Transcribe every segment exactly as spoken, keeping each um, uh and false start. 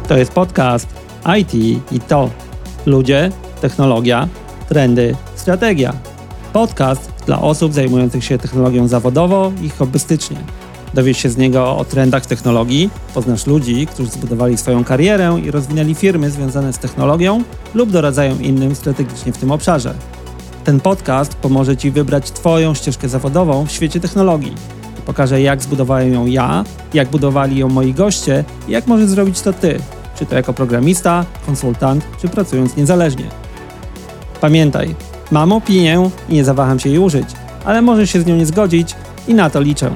To jest podcast I T i to. Ludzie, technologia, trendy, strategia. Podcast dla osób zajmujących się technologią zawodowo i hobbystycznie. Dowiesz się z niego o trendach technologii, poznasz ludzi, którzy zbudowali swoją karierę i rozwinęli firmy związane z technologią lub doradzają innym strategicznie w tym obszarze. Ten podcast pomoże Ci wybrać Twoją ścieżkę zawodową w świecie technologii. Pokażę, jak zbudowałem ją ja, jak budowali ją moi goście i jak możesz zrobić to Ty, czy to jako programista, konsultant, czy pracując niezależnie. Pamiętaj, mam opinię i nie zawaham się jej użyć, ale możesz się z nią nie zgodzić i na to liczę.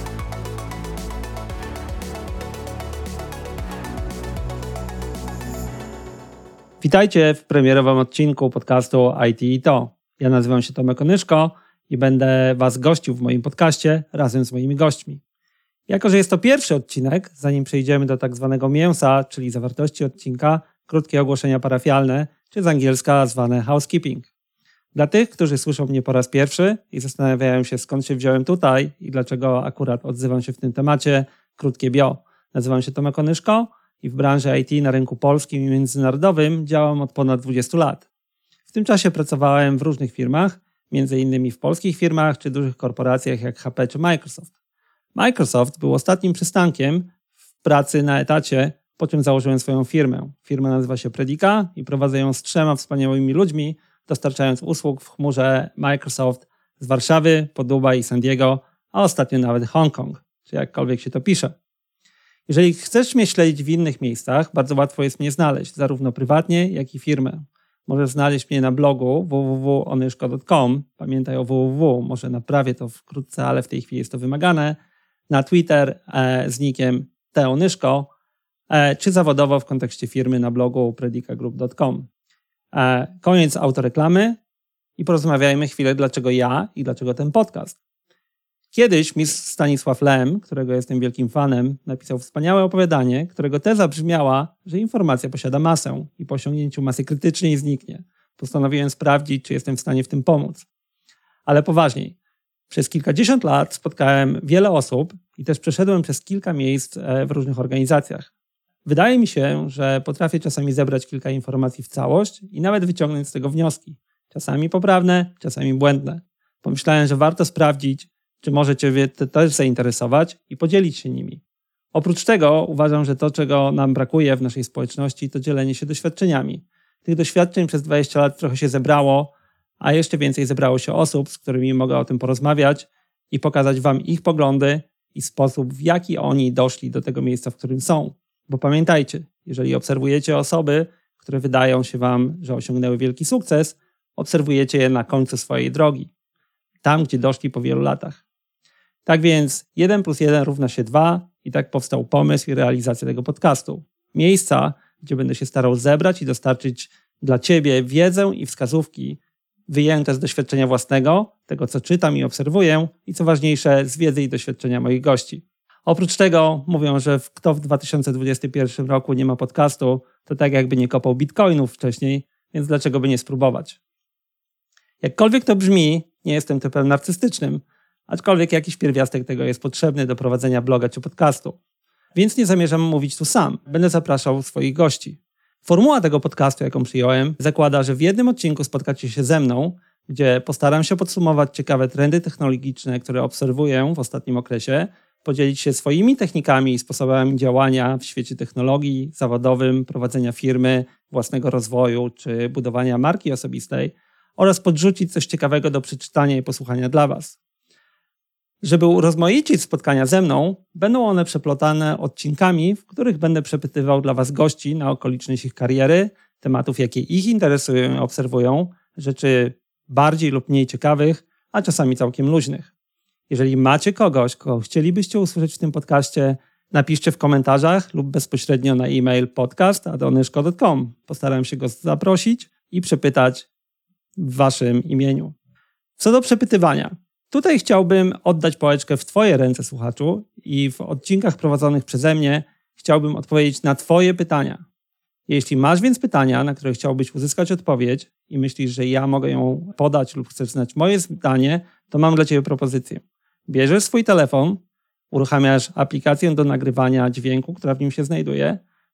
Witajcie w premierowym odcinku podcastu I T i to. Ja nazywam się Tomek Onyszko i będę Was gościł w moim podcaście razem z moimi gośćmi. Jako że jest to pierwszy odcinek, zanim przejdziemy do tak zwanego mięsa, czyli zawartości odcinka, krótkie ogłoszenia parafialne, czy z angielska zwane housekeeping. Dla tych, którzy słyszą mnie po raz pierwszy i zastanawiają się, skąd się wziąłem tutaj i dlaczego akurat odzywam się w tym temacie, krótkie bio. Nazywam się Tomek Onyszko i w branży I T na rynku polskim i międzynarodowym działam od ponad dwudziestu lat. W tym czasie pracowałem w różnych firmach, między innymi w polskich firmach czy dużych korporacjach jak H P czy Microsoft. Microsoft był ostatnim przystankiem w pracy na etacie, po czym założyłem swoją firmę. Firma nazywa się Predica i prowadzę ją z trzema wspaniałymi ludźmi, dostarczając usług w chmurze Microsoft z Warszawy, po Dubaj i San Diego, a ostatnio nawet Hongkong, czy jakkolwiek się to pisze. Jeżeli chcesz mnie śledzić w innych miejscach, bardzo łatwo jest mnie znaleźć, zarówno prywatnie, jak i firmę. Możesz znaleźć mnie na blogu w w w kropka onyszko kropka com. Pamiętaj o w w w, może naprawię to wkrótce, ale w tej chwili jest to wymagane. Na Twitter e, z nickiem tonyszko, e, czy zawodowo w kontekście firmy na blogu predica group kropka com. E, koniec autoreklamy i porozmawiajmy chwilę, dlaczego ja i dlaczego ten podcast. Kiedyś mistrz Stanisław Lem, którego jestem wielkim fanem, napisał wspaniałe opowiadanie, którego teza brzmiała, że informacja posiada masę i po osiągnięciu masy krytycznej zniknie. Postanowiłem sprawdzić, czy jestem w stanie w tym pomóc. Ale poważniej. Przez kilkadziesiąt lat spotkałem wiele osób i też przeszedłem przez kilka miejsc w różnych organizacjach. Wydaje mi się, że potrafię czasami zebrać kilka informacji w całość i nawet wyciągnąć z tego wnioski. Czasami poprawne, czasami błędne. Pomyślałem, że warto sprawdzić, czy może Cię to też zainteresować i podzielić się nimi. Oprócz tego uważam, że to, czego nam brakuje w naszej społeczności, to dzielenie się doświadczeniami. Tych doświadczeń przez dwadzieścia lat trochę się zebrało, a jeszcze więcej zebrało się osób, z którymi mogę o tym porozmawiać i pokazać Wam ich poglądy i sposób, w jaki oni doszli do tego miejsca, w którym są. Bo pamiętajcie, jeżeli obserwujecie osoby, które wydają się Wam, że osiągnęły wielki sukces, obserwujecie je na końcu swojej drogi. Tam, gdzie doszli po wielu latach. Tak więc jeden plus jeden równa się dwa i tak powstał pomysł i realizacja tego podcastu. Miejsca, gdzie będę się starał zebrać i dostarczyć dla Ciebie wiedzę i wskazówki wyjęte z doświadczenia własnego, tego co czytam i obserwuję i co ważniejsze z wiedzy i doświadczenia moich gości. Oprócz tego mówią, że kto w dwa tysiące dwudziestym pierwszym roku nie ma podcastu, to tak jakby nie kopał bitcoinów wcześniej, więc dlaczego by nie spróbować? Jakkolwiek to brzmi, nie jestem typem narcystycznym, aczkolwiek jakiś pierwiastek tego jest potrzebny do prowadzenia bloga czy podcastu. Więc nie zamierzam mówić tu sam, będę zapraszał swoich gości. Formuła tego podcastu, jaką przyjąłem, zakłada, że w jednym odcinku spotkacie się ze mną, gdzie postaram się podsumować ciekawe trendy technologiczne, które obserwuję w ostatnim okresie, podzielić się swoimi technikami i sposobami działania w świecie technologii zawodowym, prowadzenia firmy, własnego rozwoju czy budowania marki osobistej, oraz podrzucić coś ciekawego do przeczytania i posłuchania dla Was. Żeby urozmaicić spotkania ze mną, będą one przeplotane odcinkami, w których będę przepytywał dla Was gości na okoliczność ich kariery, tematów, jakie ich interesują i obserwują, rzeczy bardziej lub mniej ciekawych, a czasami całkiem luźnych. Jeżeli macie kogoś, kogo chcielibyście usłyszeć w tym podcaście, napiszcie w komentarzach lub bezpośrednio na e-mail podcast kropka onyszko kropka com. Postaram się go zaprosić i przepytać w Waszym imieniu. Co do przepytywania. Tutaj chciałbym oddać pałeczkę w Twoje ręce, słuchaczu, i w odcinkach prowadzonych przeze mnie chciałbym odpowiedzieć na Twoje pytania. Jeśli masz więc pytania, na które chciałbyś uzyskać odpowiedź i myślisz, że ja mogę ją podać lub chcesz znać moje zdanie, to mam dla Ciebie propozycję. Bierzesz swój telefon, uruchamiasz aplikację do nagrywania dźwięku, która w nim się znajduje,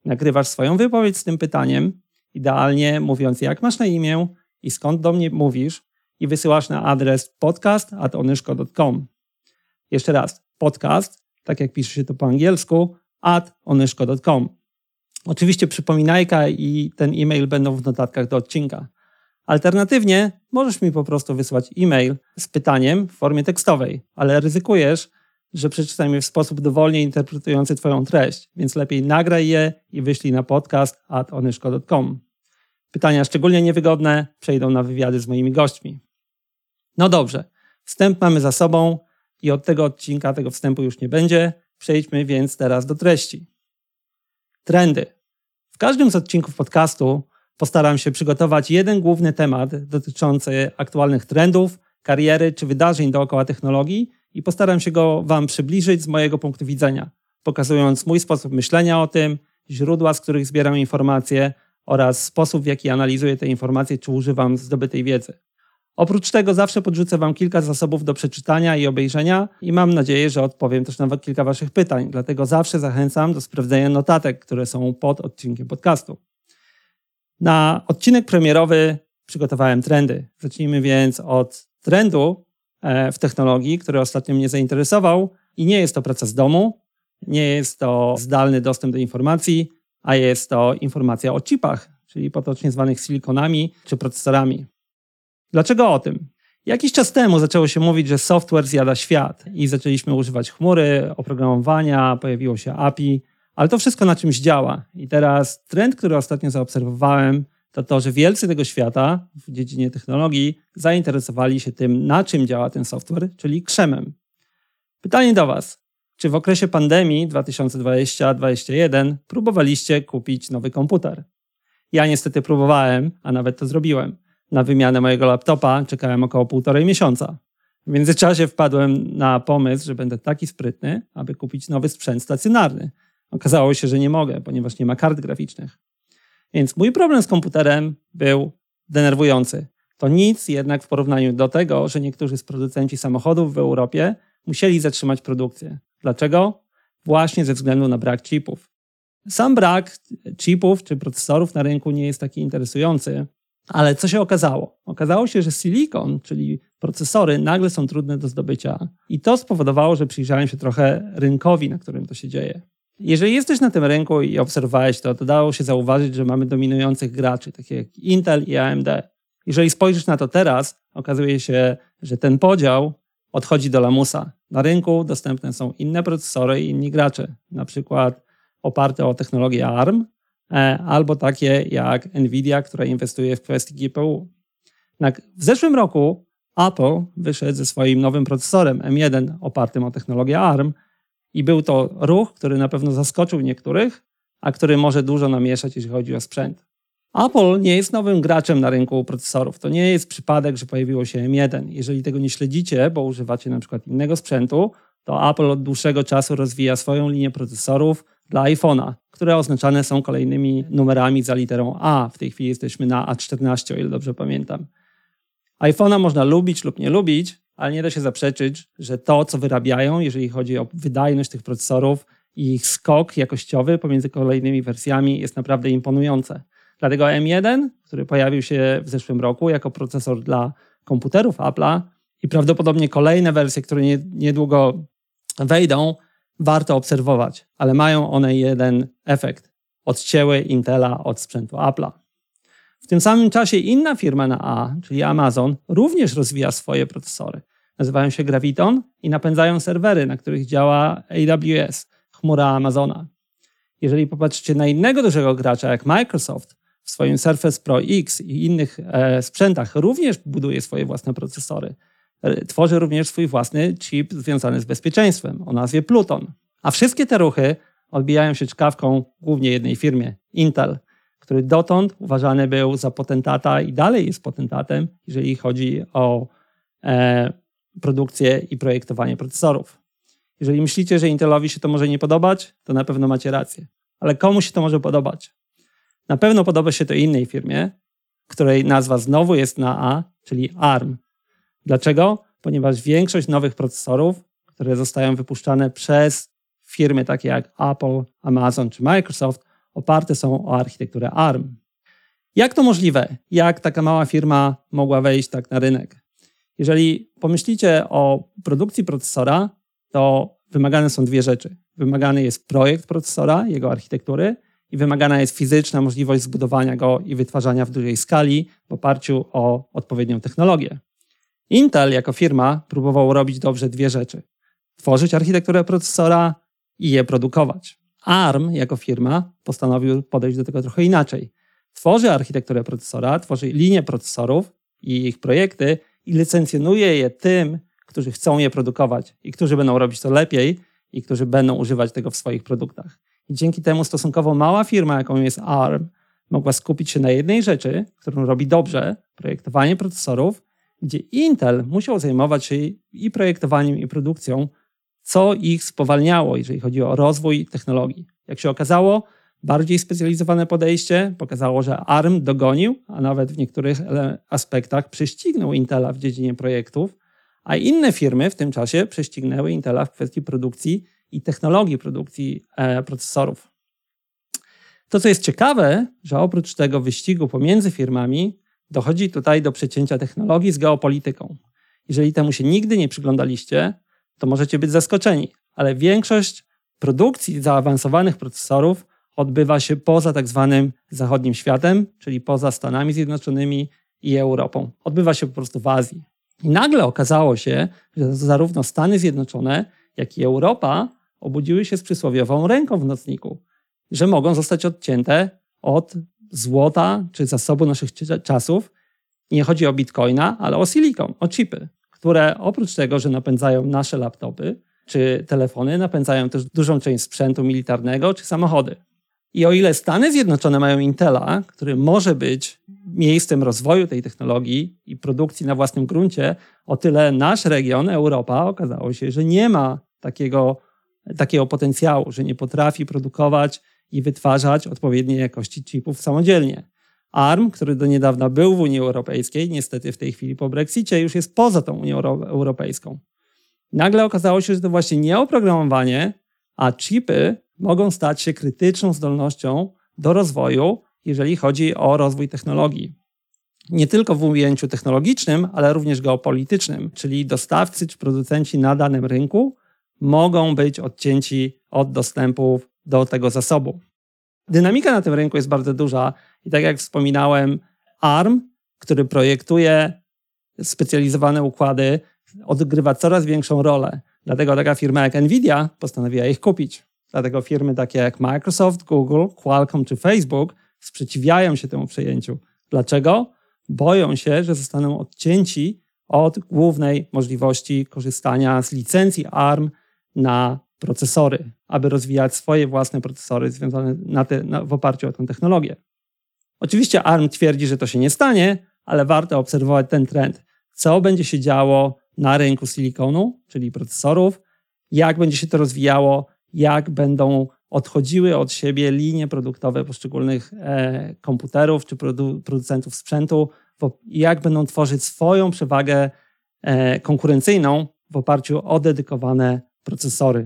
Nagrywasz swoją wypowiedź z tym pytaniem, idealnie mówiąc jak masz na imię i skąd do mnie mówisz i wysyłasz na adres podcast at onyszko kropka com. Jeszcze raz, podcast, tak jak pisze się to po angielsku, at onyszko kropka com. Oczywiście przypominajka i ten e-mail będą w notatkach do odcinka. Alternatywnie możesz mi po prostu wysłać e-mail z pytaniem w formie tekstowej, ale ryzykujesz, że przeczytam je w sposób dowolnie interpretujący Twoją treść, więc lepiej nagraj je i wyślij na podcast at onyszko kropka com. Pytania szczególnie niewygodne przejdą na wywiady z moimi gośćmi. No dobrze, wstęp mamy za sobą i od tego odcinka tego wstępu już nie będzie. Przejdźmy więc teraz do treści. Trendy. W każdym z odcinków podcastu postaram się przygotować jeden główny temat dotyczący aktualnych trendów, kariery czy wydarzeń dookoła technologii i postaram się go Wam przybliżyć z mojego punktu widzenia, pokazując mój sposób myślenia o tym, źródła, z których zbieram informacje oraz sposób, w jaki analizuję te informacje czy używam zdobytej wiedzy. Oprócz tego zawsze podrzucę Wam kilka zasobów do przeczytania i obejrzenia i mam nadzieję, że odpowiem też na kilka Waszych pytań, dlatego zawsze zachęcam do sprawdzenia notatek, które są pod odcinkiem podcastu. Na odcinek premierowy przygotowałem trendy. Zacznijmy więc od trendu w technologii, który ostatnio mnie zainteresował i nie jest to praca z domu, nie jest to zdalny dostęp do informacji, a jest to informacja o chipach, czyli potocznie zwanych silikonami czy procesorami. Dlaczego o tym? Jakiś czas temu zaczęło się mówić, że software zjada świat i zaczęliśmy używać chmury, oprogramowania, pojawiło się A P I, ale to wszystko na czymś działa. I teraz trend, który ostatnio zaobserwowałem, to to, że wielcy tego świata w dziedzinie technologii zainteresowali się tym, na czym działa ten software, czyli krzemem. Pytanie do Was. Czy w okresie pandemii dwa tysiące dwudziestego do dwudziestego pierwszego próbowaliście kupić nowy komputer? Ja niestety próbowałem, a nawet to zrobiłem. Na wymianę mojego laptopa czekałem około półtorej miesiąca. W międzyczasie wpadłem na pomysł, że będę taki sprytny, aby kupić nowy sprzęt stacjonarny. Okazało się, że nie mogę, ponieważ nie ma kart graficznych. Więc mój problem z komputerem był denerwujący. To nic jednak w porównaniu do tego, że niektórzy z producenci samochodów w Europie musieli zatrzymać produkcję. Dlaczego? Właśnie ze względu na brak chipów. Sam brak chipów czy procesorów na rynku nie jest taki interesujący, ale co się okazało? Okazało się, że silikon, czyli procesory, nagle są trudne do zdobycia i to spowodowało, że przyjrzałem się trochę rynkowi, na którym to się dzieje. Jeżeli jesteś na tym rynku i obserwowałeś to, to dało się zauważyć, że mamy dominujących graczy, takich jak Intel i A M D. Jeżeli spojrzysz na to teraz, okazuje się, że ten podział odchodzi do lamusa. Na rynku dostępne są inne procesory i inni gracze, na przykład oparte o technologię A R M, albo takie jak Nvidia, która inwestuje w kwestii G P U. W zeszłym roku Apple wyszedł ze swoim nowym procesorem M jeden opartym o technologię A R M i był to ruch, który na pewno zaskoczył niektórych, a który może dużo namieszać, jeśli chodzi o sprzęt. Apple nie jest nowym graczem na rynku procesorów. To nie jest przypadek, że pojawiło się M jeden. Jeżeli tego nie śledzicie, bo używacie na przykład innego sprzętu, to Apple od dłuższego czasu rozwija swoją linię procesorów dla iPhone'a, które oznaczane są kolejnymi numerami za literą A. W tej chwili jesteśmy na A czternaście, o ile dobrze pamiętam. iPhone'a można lubić lub nie lubić, ale nie da się zaprzeczyć, że to, co wyrabiają, jeżeli chodzi o wydajność tych procesorów i ich skok jakościowy pomiędzy kolejnymi wersjami, jest naprawdę imponujące. Dlatego M jeden, który pojawił się w zeszłym roku jako procesor dla komputerów Apple'a i prawdopodobnie kolejne wersje, które niedługo wejdą, warto obserwować, ale mają one jeden efekt. Odcięły Intela od sprzętu Apple'a. W tym samym czasie inna firma na A, czyli Amazon, również rozwija swoje procesory. Nazywają się Graviton i napędzają serwery, na których działa A W S, chmura Amazona. Jeżeli popatrzycie na innego dużego gracza jak Microsoft, w swoim Surface Pro X i innych e, sprzętach również buduje swoje własne procesory. E, tworzy również swój własny chip związany z bezpieczeństwem o nazwie Pluton. A wszystkie te ruchy odbijają się czkawką głównie jednej firmie, Intel, który dotąd uważany był za potentata i dalej jest potentatem, jeżeli chodzi o e, produkcję i projektowanie procesorów. Jeżeli myślicie, że Intelowi się to może nie podobać, to na pewno macie rację. Ale komu się to może podobać? Na pewno podoba się to innej firmie, której nazwa znowu jest na A, czyli A R M. Dlaczego? Ponieważ większość nowych procesorów, które zostają wypuszczane przez firmy takie jak Apple, Amazon czy Microsoft, oparte są o architekturę A R M. Jak to możliwe? Jak taka mała firma mogła wejść tak na rynek? Jeżeli pomyślicie o produkcji procesora, to wymagane są dwie rzeczy. Wymagany jest projekt procesora, jego architektury i wymagana jest fizyczna możliwość zbudowania go i wytwarzania w dużej skali w oparciu o odpowiednią technologię. Intel jako firma próbował robić dobrze dwie rzeczy. Tworzyć architekturę procesora i je produkować. A R M jako firma postanowił podejść do tego trochę inaczej. Tworzy architekturę procesora, tworzy linię procesorów i ich projekty i licencjonuje je tym, którzy chcą je produkować i którzy będą robić to lepiej i którzy będą używać tego w swoich produktach. I dzięki temu stosunkowo mała firma, jaką jest A R M, mogła skupić się na jednej rzeczy, którą robi dobrze, projektowanie procesorów, gdzie Intel musiał zajmować się i projektowaniem, i produkcją, co ich spowalniało, jeżeli chodzi o rozwój technologii. Jak się okazało, bardziej specjalizowane podejście pokazało, że A R M dogonił, a nawet w niektórych aspektach prześcignął Intela w dziedzinie projektów, a inne firmy w tym czasie prześcignęły Intela w kwestii produkcji i technologii produkcji e, procesorów. To, co jest ciekawe, że oprócz tego wyścigu pomiędzy firmami dochodzi tutaj do przecięcia technologii z geopolityką. Jeżeli temu się nigdy nie przyglądaliście, to możecie być zaskoczeni, ale większość produkcji zaawansowanych procesorów odbywa się poza tak zwanym zachodnim światem, czyli poza Stanami Zjednoczonymi i Europą. Odbywa się po prostu w Azji. I nagle okazało się, że zarówno Stany Zjednoczone, jak i Europa obudziły się z przysłowiową ręką w nocniku, że mogą zostać odcięte od złota czy zasobu naszych czasów. Nie chodzi o bitcoina, ale o silikon, o chipy, które oprócz tego, że napędzają nasze laptopy czy telefony, napędzają też dużą część sprzętu militarnego czy samochody. I o ile Stany Zjednoczone mają Intela, który może być miejscem rozwoju tej technologii i produkcji na własnym gruncie, o tyle nasz region, Europa, okazało się, że nie ma takiego, takiego potencjału, że nie potrafi produkować i wytwarzać odpowiedniej jakości chipów samodzielnie. A R M, który do niedawna był w Unii Europejskiej, niestety w tej chwili po Brexicie już jest poza tą Unią Europejską. Nagle okazało się, że to właśnie nie oprogramowanie, a chipy mogą stać się krytyczną zdolnością do rozwoju, jeżeli chodzi o rozwój technologii. Nie tylko w ujęciu technologicznym, ale również geopolitycznym, czyli dostawcy czy producenci na danym rynku mogą być odcięci od dostępu do tego zasobu. Dynamika na tym rynku jest bardzo duża i tak jak wspominałem, A R M, który projektuje specjalizowane układy, odgrywa coraz większą rolę. Dlatego taka firma jak Nvidia postanowiła ich kupić. Dlatego firmy takie jak Microsoft, Google, Qualcomm czy Facebook sprzeciwiają się temu przejęciu. Dlaczego? Boją się, że zostaną odcięci od głównej możliwości korzystania z licencji A R M na procesory, aby rozwijać swoje własne procesory związane na te, na, w oparciu o tę technologię. Oczywiście A R M twierdzi, że to się nie stanie, ale warto obserwować ten trend. Co będzie się działo na rynku silikonu, czyli procesorów, jak będzie się to rozwijało, jak będą odchodziły od siebie linie produktowe poszczególnych e, komputerów czy produ- producentów sprzętu, bo, jak będą tworzyć swoją przewagę e, konkurencyjną w oparciu o dedykowane procesory.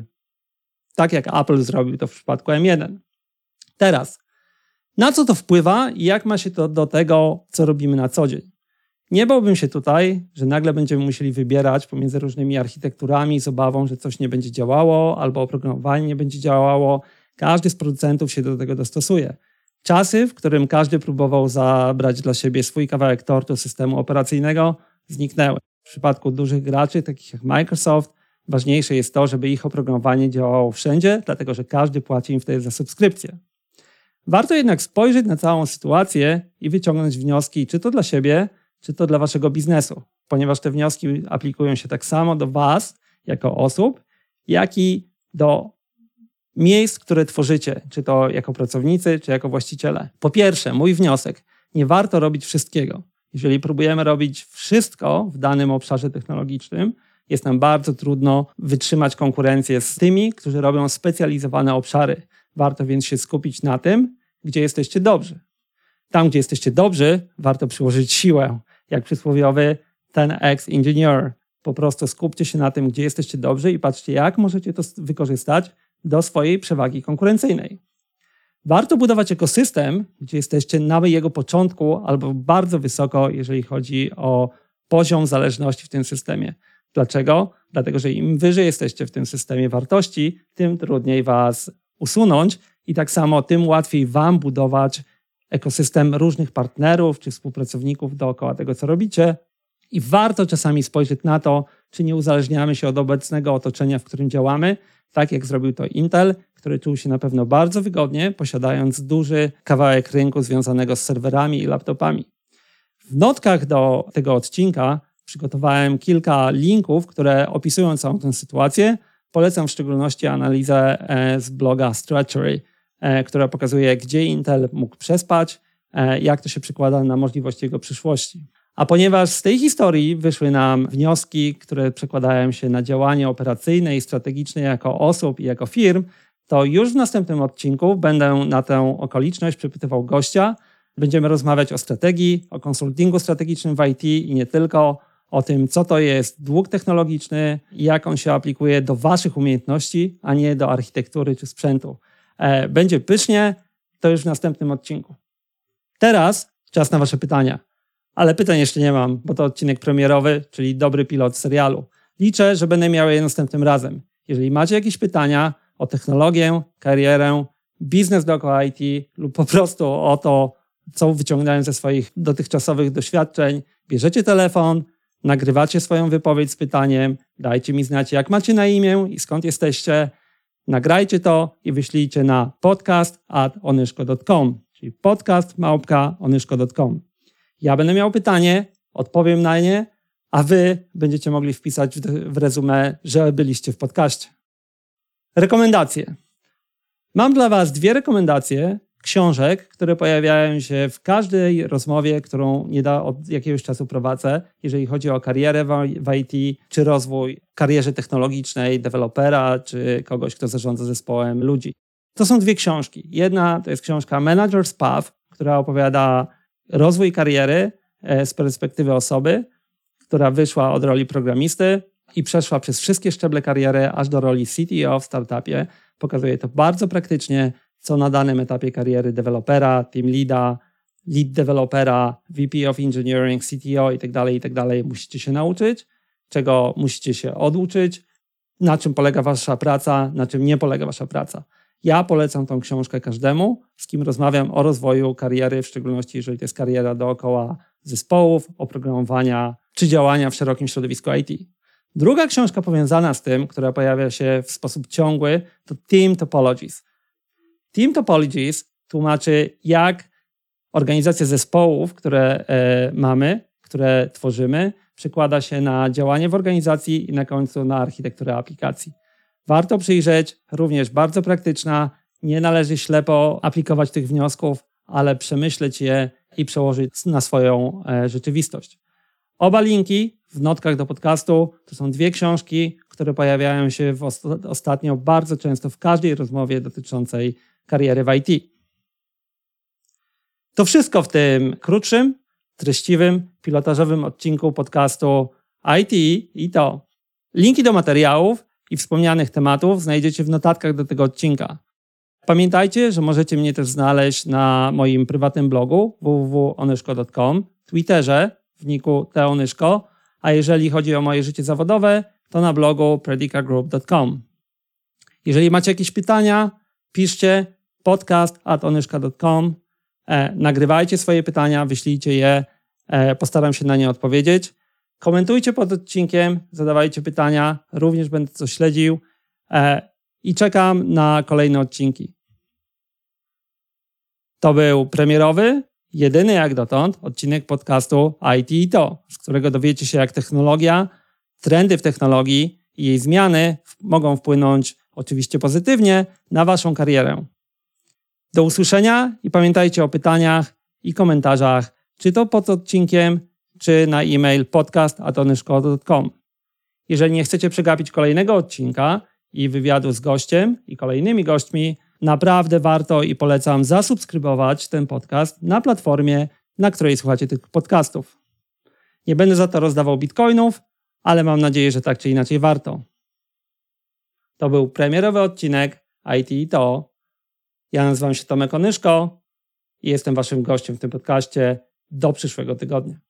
Tak jak Apple zrobił to w przypadku M jeden. Teraz, na co to wpływa i jak ma się to do tego, co robimy na co dzień? Nie bałbym się tutaj, że nagle będziemy musieli wybierać pomiędzy różnymi architekturami z obawą, że coś nie będzie działało albo oprogramowanie nie będzie działało. Każdy z producentów się do tego dostosuje. Czasy, w którym każdy próbował zabrać dla siebie swój kawałek tortu systemu operacyjnego, zniknęły. W przypadku dużych graczy, takich jak Microsoft, ważniejsze jest to, żeby ich oprogramowanie działało wszędzie, dlatego że każdy płaci im wtedy za subskrypcję. Warto jednak spojrzeć na całą sytuację i wyciągnąć wnioski, czy to dla siebie, czy to dla waszego biznesu, ponieważ te wnioski aplikują się tak samo do was jako osób, jak i do miejsc, które tworzycie, czy to jako pracownicy, czy jako właściciele. Po pierwsze, mój wniosek, nie warto robić wszystkiego. Jeżeli próbujemy robić wszystko w danym obszarze technologicznym, jest nam bardzo trudno wytrzymać konkurencję z tymi, którzy robią specjalizowane obszary. Warto więc się skupić na tym, gdzie jesteście dobrzy. Tam, gdzie jesteście dobrzy, warto przyłożyć siłę, jak przysłowiowy ten X engineer. Po prostu skupcie się na tym, gdzie jesteście dobrzy i patrzcie, jak możecie to wykorzystać do swojej przewagi konkurencyjnej. Warto budować ekosystem, gdzie jesteście na jego początku albo bardzo wysoko, jeżeli chodzi o poziom zależności w tym systemie. Dlaczego? Dlatego, że im wyżej jesteście w tym systemie wartości, tym trudniej was usunąć i tak samo tym łatwiej wam budować ekosystem różnych partnerów czy współpracowników dookoła tego, co robicie. I warto czasami spojrzeć na to, czy nie uzależniamy się od obecnego otoczenia, w którym działamy, tak jak zrobił to Intel, który czuł się na pewno bardzo wygodnie, posiadając duży kawałek rynku związanego z serwerami i laptopami. W notkach do tego odcinka przygotowałem kilka linków, które opisują całą tę sytuację. Polecam w szczególności analizę z bloga Stratechery, która pokazuje, gdzie Intel mógł przespać, jak to się przekłada na możliwości jego przyszłości. A ponieważ z tej historii wyszły nam wnioski, które przekładają się na działanie operacyjne i strategiczne jako osób i jako firm, to już w następnym odcinku będę na tę okoliczność przypytywał gościa. Będziemy rozmawiać o strategii, o konsultingu strategicznym w I T i nie tylko, o tym, co to jest dług technologiczny i jak on się aplikuje do waszych umiejętności, a nie do architektury czy sprzętu. Będzie pysznie, to już w następnym odcinku. Teraz czas na wasze pytania. Ale pytań jeszcze nie mam, bo to odcinek premierowy, czyli dobry pilot serialu. Liczę, że będę miał je następnym razem. Jeżeli macie jakieś pytania o technologię, karierę, biznes dookoła I T lub po prostu o to, co wyciągnąłem ze swoich dotychczasowych doświadczeń, bierzecie telefon, nagrywacie swoją wypowiedź z pytaniem, dajcie mi znać, jak macie na imię i skąd jesteście, nagrajcie to i wyślijcie na podcast at onyszko kropka com, czyli podcast małpka onyszko kropka com. Ja będę miał pytanie, odpowiem na nie, a wy będziecie mogli wpisać w rezumé, że byliście w podcaście. Rekomendacje. Mam dla was dwie rekomendacje książek, które pojawiają się w każdej rozmowie, którą nie da od jakiegoś czasu prowadzę, jeżeli chodzi o karierę w I T, czy rozwój w karierze technologicznej, dewelopera, czy kogoś, kto zarządza zespołem ludzi. To są dwie książki. Jedna to jest książka Manager's Path, która opowiada rozwój kariery z perspektywy osoby, która wyszła od roli programisty i przeszła przez wszystkie szczeble kariery aż do roli C T O w startupie. Pokazuje to bardzo praktycznie, co na danym etapie kariery dewelopera, team leada, lead dewelopera, V P of Engineering, C T O itd., itd. musicie się nauczyć, czego musicie się oduczyć, na czym polega wasza praca, na czym nie polega wasza praca. Ja polecam tą książkę każdemu, z kim rozmawiam o rozwoju kariery, w szczególności jeżeli to jest kariera dookoła zespołów, oprogramowania czy działania w szerokim środowisku I T. Druga książka powiązana z tym, która pojawia się w sposób ciągły, to Team Topologies. Team Topologies tłumaczy, jak organizacja zespołów, które e, mamy, które tworzymy, przekłada się na działanie w organizacji i na końcu na architekturę aplikacji. Warto przyjrzeć, również bardzo praktyczna, nie należy ślepo aplikować tych wniosków, ale przemyśleć je i przełożyć na swoją e, rzeczywistość. Oba linki w notkach do podcastu to są dwie książki, które pojawiają się w osta- ostatnio bardzo często w każdej rozmowie dotyczącej kariery w I T. To wszystko w tym krótszym, treściwym, pilotażowym odcinku podcastu I T i to. Linki do materiałów i wspomnianych tematów znajdziecie w notatkach do tego odcinka. Pamiętajcie, że możecie mnie też znaleźć na moim prywatnym blogu w w w kropka onyszko kropka com, Twitterze w niku teonyszko, a jeżeli chodzi o moje życie zawodowe, to na blogu predica group kropka com. Jeżeli macie jakieś pytania, piszcie podcast at onyszka kropka com, e, nagrywajcie swoje pytania, wyślijcie je, e, postaram się na nie odpowiedzieć. Komentujcie pod odcinkiem, zadawajcie pytania, również będę to śledził e, i czekam na kolejne odcinki. To był premierowy, jedyny jak dotąd odcinek podcastu I T i to, z którego dowiecie się, jak technologia, trendy w technologii i jej zmiany mogą wpłynąć oczywiście pozytywnie na waszą karierę. Do usłyszenia i pamiętajcie o pytaniach i komentarzach, czy to pod odcinkiem, czy na e-mail podcast at onyszko kropka com. Jeżeli nie chcecie przegapić kolejnego odcinka i wywiadu z gościem i kolejnymi gośćmi, naprawdę warto i polecam zasubskrybować ten podcast na platformie, na której słuchacie tych podcastów. Nie będę za to rozdawał bitcoinów, ale mam nadzieję, że tak czy inaczej warto. To był premierowy odcinek I T i to. Ja nazywam się Tomek Onyszko i jestem waszym gościem w tym podcaście. Do przyszłego tygodnia.